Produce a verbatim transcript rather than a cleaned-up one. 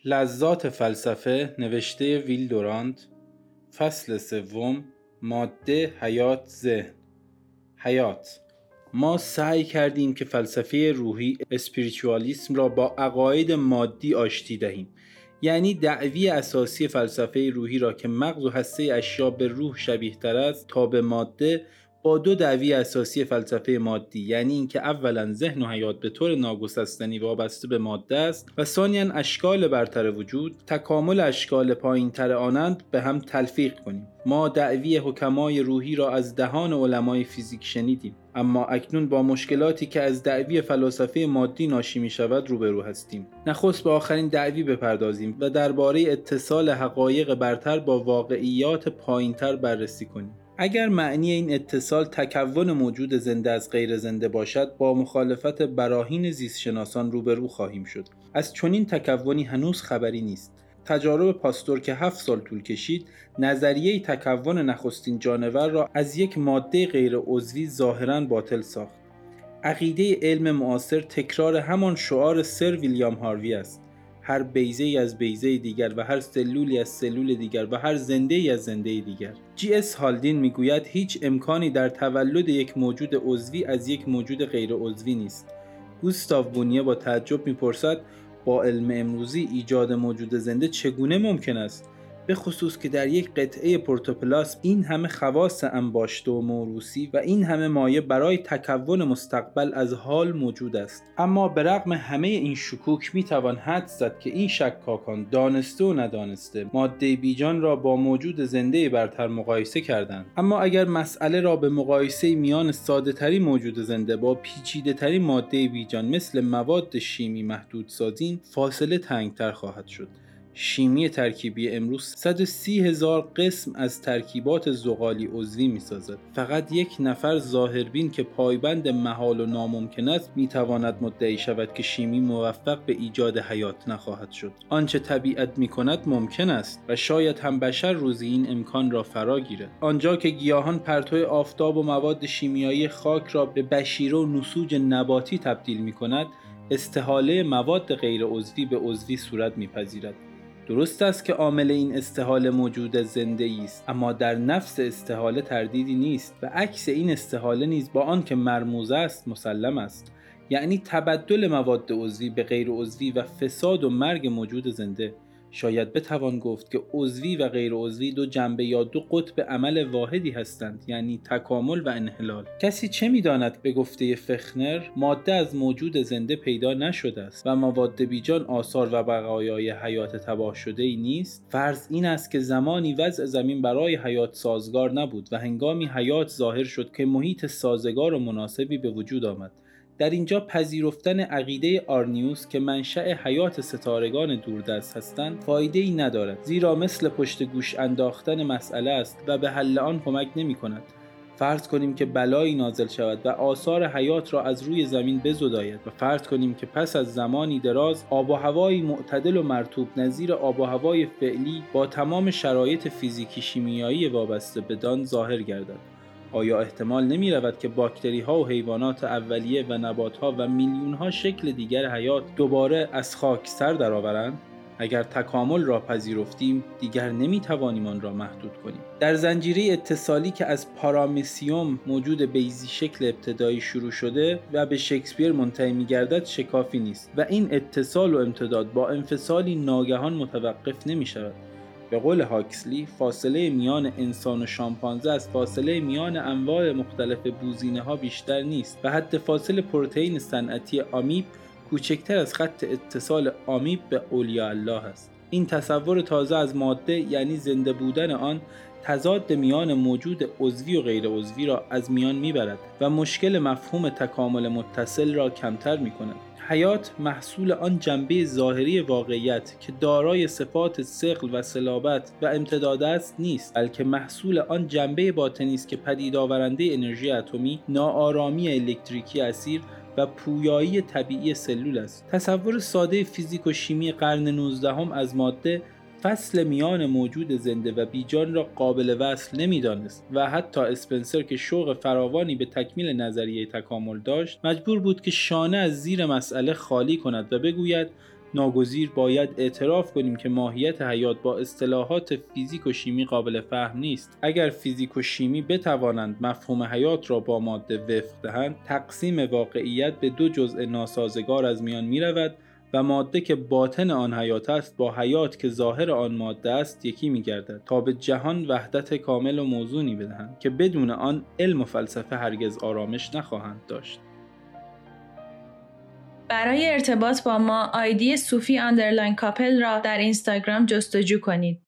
لذات فلسفه نوشته ویل دورانت، فصل سوم، ماده، حیات، ذهن. حیات. ما سعی کردیم که فلسفه روحی اسپریچوالیسم را با عقاید مادی آشتی دهیم، یعنی دعوی اساسی فلسفه روحی را که مغز و هسته اشیا به روح شبیه تر است تا به ماده، با دو دعوی اساسی فلسفه مادی، یعنی اینکه اولا ذهن و حیات به طور ناگسستنی وابسته به ماده است و ثانیاً اشکال برتر وجود تکامل اشکال پایین‌تر آنند، به هم تلفیق کنیم. ما دعوی حکمای روحی را از دهان علمای فیزیک شنیدیم، اما اکنون با مشکلاتی که از دعوی فلسفه مادی ناشی می شود روبرو هستیم. نخست به آخرین دعوی بپردازیم و درباره اتصال حقایق برتر با واقعیات پایین‌تر بررسی کنیم. اگر معنی این اتصال تکون موجود زنده از غیر زنده باشد، با مخالفت براهین زیستشناسان روبرو خواهیم شد. از چنین تکونی هنوز خبری نیست. تجارب پاستور که هفت سال طول کشید، نظریه تکون نخستین جانور را از یک ماده غیر عضوی ظاهراً باطل ساخت. عقیده علم معاصر تکرار همان شعار سر ویلیام هاروی است: هر بیضه‌ای از بیضه دیگر و هر سلولی از سلول دیگر و هر زنده‌ای از زنده دیگر. جی اس هالدین میگوید هیچ امکانی در تولد یک موجود عضوی از یک موجود غیر عضوی نیست. گوستاو بونیه با تعجب میپرسد با علم امروزی ایجاد موجود زنده چگونه ممکن است؟ به خصوص که در یک قطعه پروتوپلاسم این همه خواص انباشته و موروثی و این همه مایه برای تکون مستقبل از حال موجود است. اما به رغم همه این شکوک میتوان حدس زد که این شکاکان دانسته و ندانسته ماده بیجان را با موجود زنده برتر مقایسه کردند. اما اگر مسئله را به مقایسه میان ساده ترین موجود زنده با پیچیده ترین ماده بیجان مثل مواد شیمی محدود سازیم، فاصله تنگتر خواهد شد. شیمی ترکیبی امروز صد و سی هزار قسم از ترکیبات زغالی عضوی می سازد. فقط یک نفر ظاهربین که پایبند محال و ناممکن است می تواند مدعی شود که شیمی موفق به ایجاد حیات نخواهد شد. آنچه طبیعت می کند ممکن است و شاید هم بشر روزی این امکان را فرا گیرد. آنجا که گیاهان پرتو آفتاب و مواد شیمیایی خاک را به بشیره و نسوج نباتی تبدیل می کند، استحاله مواد غیر عضوی به عضوی صورت می پذیرد. درست است که عامل این استحاله موجود زنده است، اما در نفس استحاله تردیدی نیست و عکس این استحاله نیز با آن که مرموزه است مسلم است، یعنی تبدل مواد عضوی به غیر عضوی و فساد و مرگ موجود زنده. شاید بتوان گفت که عضوی و غیر عضوی دو جنبه یا دو قطب عمل واحدی هستند، یعنی تکامل و انحلال. کسی چه می‌داند به گفته فخنر ماده از موجود زنده پیدا نشده است و مواد بیجان آثار و بقایای حیات تباه شده‌ای نیست؟ فرض این است که زمانی وضع زمین برای حیات سازگار نبود و هنگامی حیات ظاهر شد که محیط سازگار و مناسبی به وجود آمد. در اینجا پذیرفتن عقیده آرنیوس که منشأ حیات ستارگان دوردست هستند فایده‌ای ندارد، زیرا مثل پشت گوش انداختن مسئله است و به حل آن کمک نمی‌کند. فرض کنیم که بلایی نازل شود و آثار حیات را از روی زمین بزداید و فرض کنیم که پس از زمانی دراز آب و هوایی معتدل و مرطوب نظیر آب و هوای فعلی با تمام شرایط فیزیکی شیمیایی وابسته بدان ظاهر گردد. آیا احتمال نمی رود که باکتری ها و حیوانات اولیه و نبات ها و میلیون ها شکل دیگر حیات دوباره از خاک سر درآورند؟ اگر تکامل را پذیرفتیم دیگر نمی توانیم آن را محدود کنیم. در زنجیره اتصالی که از پارامیسیوم موجود بیضی شکل ابتدایی شروع شده و به شکسپیر منتهی می گردد شکافی نیست و این اتصال و امتداد با انفصالی ناگهان متوقف نمی شود. به قول هاکسلی، فاصله میان انسان و شامپانزه از فاصله میان انواع مختلف بوزینه ها بیشتر نیست و حد فاصله پروتئین صنعتی آمیب کوچکتر از خط اتصال آمیب به اولیاء الله است. این تصور تازه از ماده، یعنی زنده بودن آن، تضاد میان موجود عضوی و غیر عضوی را از میان میبرد و مشکل مفهوم تکامل متصل را کمتر میکند. حیات محصول آن جنبه ظاهری واقعیت که دارای صفات ثقل و صلابت و امتداد است نیست، بلکه محصول آن جنبه باطنی است که پدید آورنده انرژی اتمی، ناآرامی الکتریکی اثیر و پویایی طبیعی سلول است. تصور ساده فیزیک و شیمی قرن نوزدهم از ماده فصل میان موجود زنده و بیجان را قابل وصل نمی‌دانست و حتی اسپنسر که شوق فراوانی به تکمیل نظریه تکامل داشت، مجبور بود که شانه از زیر مسئله خالی کند و بگوید ناگزیر باید اعتراف کنیم که ماهیت حیات با اصطلاحات فیزیک و شیمی قابل فهم نیست. اگر فیزیک و شیمی بتوانند مفهوم حیات را با ماده وفق دهند، تقسیم واقعیت به دو جزء ناسازگار از میان می رود و ماده که باطن آن حیات است با حیات که ظاهر آن ماده است یکی می گردد تا به جهان وحدت کامل و موزونی بدهند که بدون آن علم و فلسفه هرگز آرامش نخواهند داشت. برای ارتباط با ما آیدی صوفی اندرلاین کاپل را در اینستاگرام جستجو کنید.